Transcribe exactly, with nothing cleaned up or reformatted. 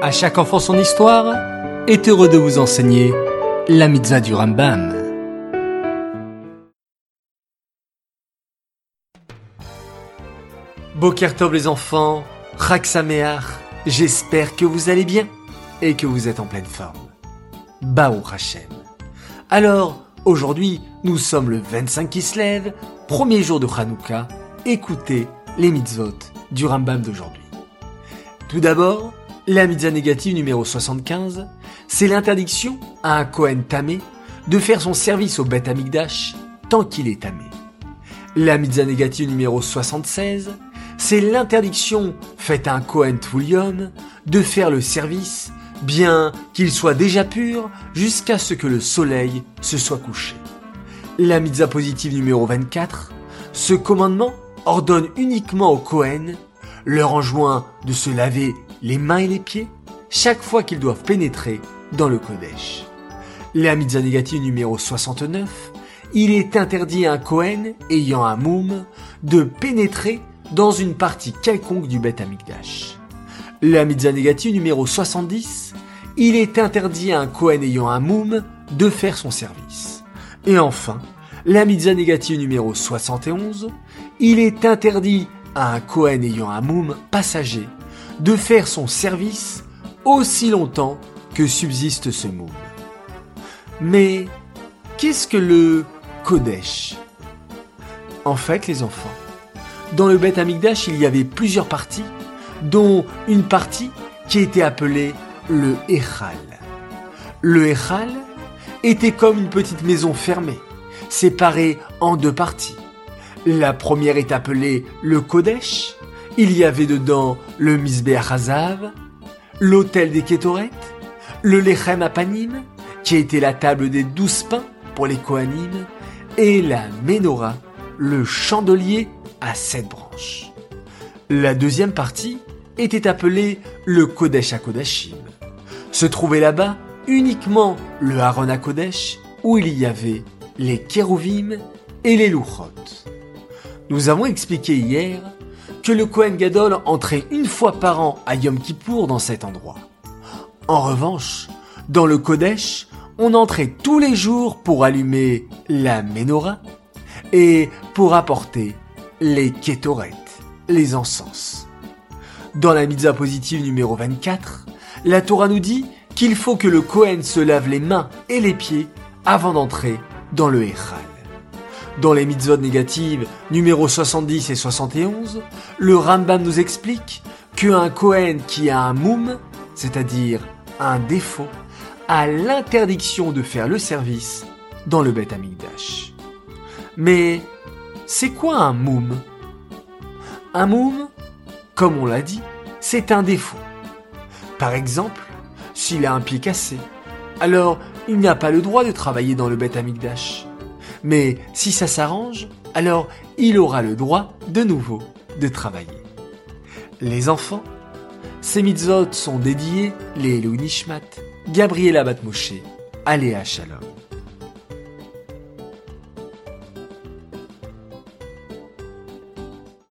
À chaque enfant son histoire est heureux de vous enseigner la mitzvah du Rambam. Boker Tov les enfants, Chag Sameach, j'espère que vous allez bien et que vous êtes en pleine forme. Baruch Hashem. Alors, aujourd'hui, nous sommes le vingt-cinq Kislev, premier jour de Hanouka. Écoutez les mitzvot du Rambam d'aujourd'hui. Tout d'abord, la mitzvah négative numéro soixante-quinze, c'est l'interdiction à un Kohen tamé de faire son service au Beth Amikdash tant qu'il est tamé. La mitzvah négative numéro soixante-seize, c'est l'interdiction faite à un Kohen Tvoulion de faire le service bien qu'il soit déjà pur jusqu'à ce que le soleil se soit couché. La mitzvah positive numéro vingt-quatre, ce commandement ordonne uniquement aux Kohen leur enjoint de se laver les mains et les pieds chaque fois qu'ils doivent pénétrer dans le Kodesh. La mitzvah négative numéro soixante-neuf, il est interdit à un Kohen ayant un moum de pénétrer dans une partie quelconque du Beth Amikdash. La mitzvah négative numéro soixante-dix, il est interdit à un Kohen ayant un moum de faire son service. Et enfin, la mitzvah négative numéro soixante et onze, il est interdit à un Kohen ayant un moum passager de faire son service aussi longtemps que subsiste ce moum. Mais qu'est-ce que le Kodesh ? En fait, les enfants, dans le Beth Amikdash, il y avait plusieurs parties, dont une partie qui était appelée le Echal. Le Echal était comme une petite maison fermée, séparée en deux parties. La première est appelée le Kodesh. Il y avait dedans le Mizbeach Hazav, l'autel des Kétoret, le Lechem Apanim, qui était la table des douze pains pour les Kohanim, et la Ménorah, le chandelier à sept branches. La deuxième partie était appelée le Kodesh HaKodashim. Se trouvait là-bas uniquement le Haron HaKodesh, où il y avait les Kérouvim et les Louchot. Nous avons expliqué hier que le Kohen Gadol entrait une fois par an à Yom Kippour dans cet endroit. En revanche, dans le Kodesh, on entrait tous les jours pour allumer la Ménorah et pour apporter les Kétoret, les encens. Dans la mitzvah positive numéro vingt-quatre, la Torah nous dit qu'il faut que le Kohen se lave les mains et les pieds avant d'entrer dans le Echal. Dans les mitzvot négatives numéro soixante-dix et soixante et onze, le Rambam nous explique qu'un Kohen qui a un moum, c'est-à-dire un défaut, a l'interdiction de faire le service dans le Beth Amikdash. Mais c'est quoi un moum ? Un moum, comme on l'a dit, c'est un défaut. Par exemple, s'il a un pied cassé, alors il n'a pas le droit de travailler dans le Beth Amikdash. Mais si ça s'arrange, alors il aura le droit de nouveau de travailler. Les enfants, ces mitzvot sont dédiés les Elou Nishmat, Gabriela Bat Moshe, Aléa Shalom.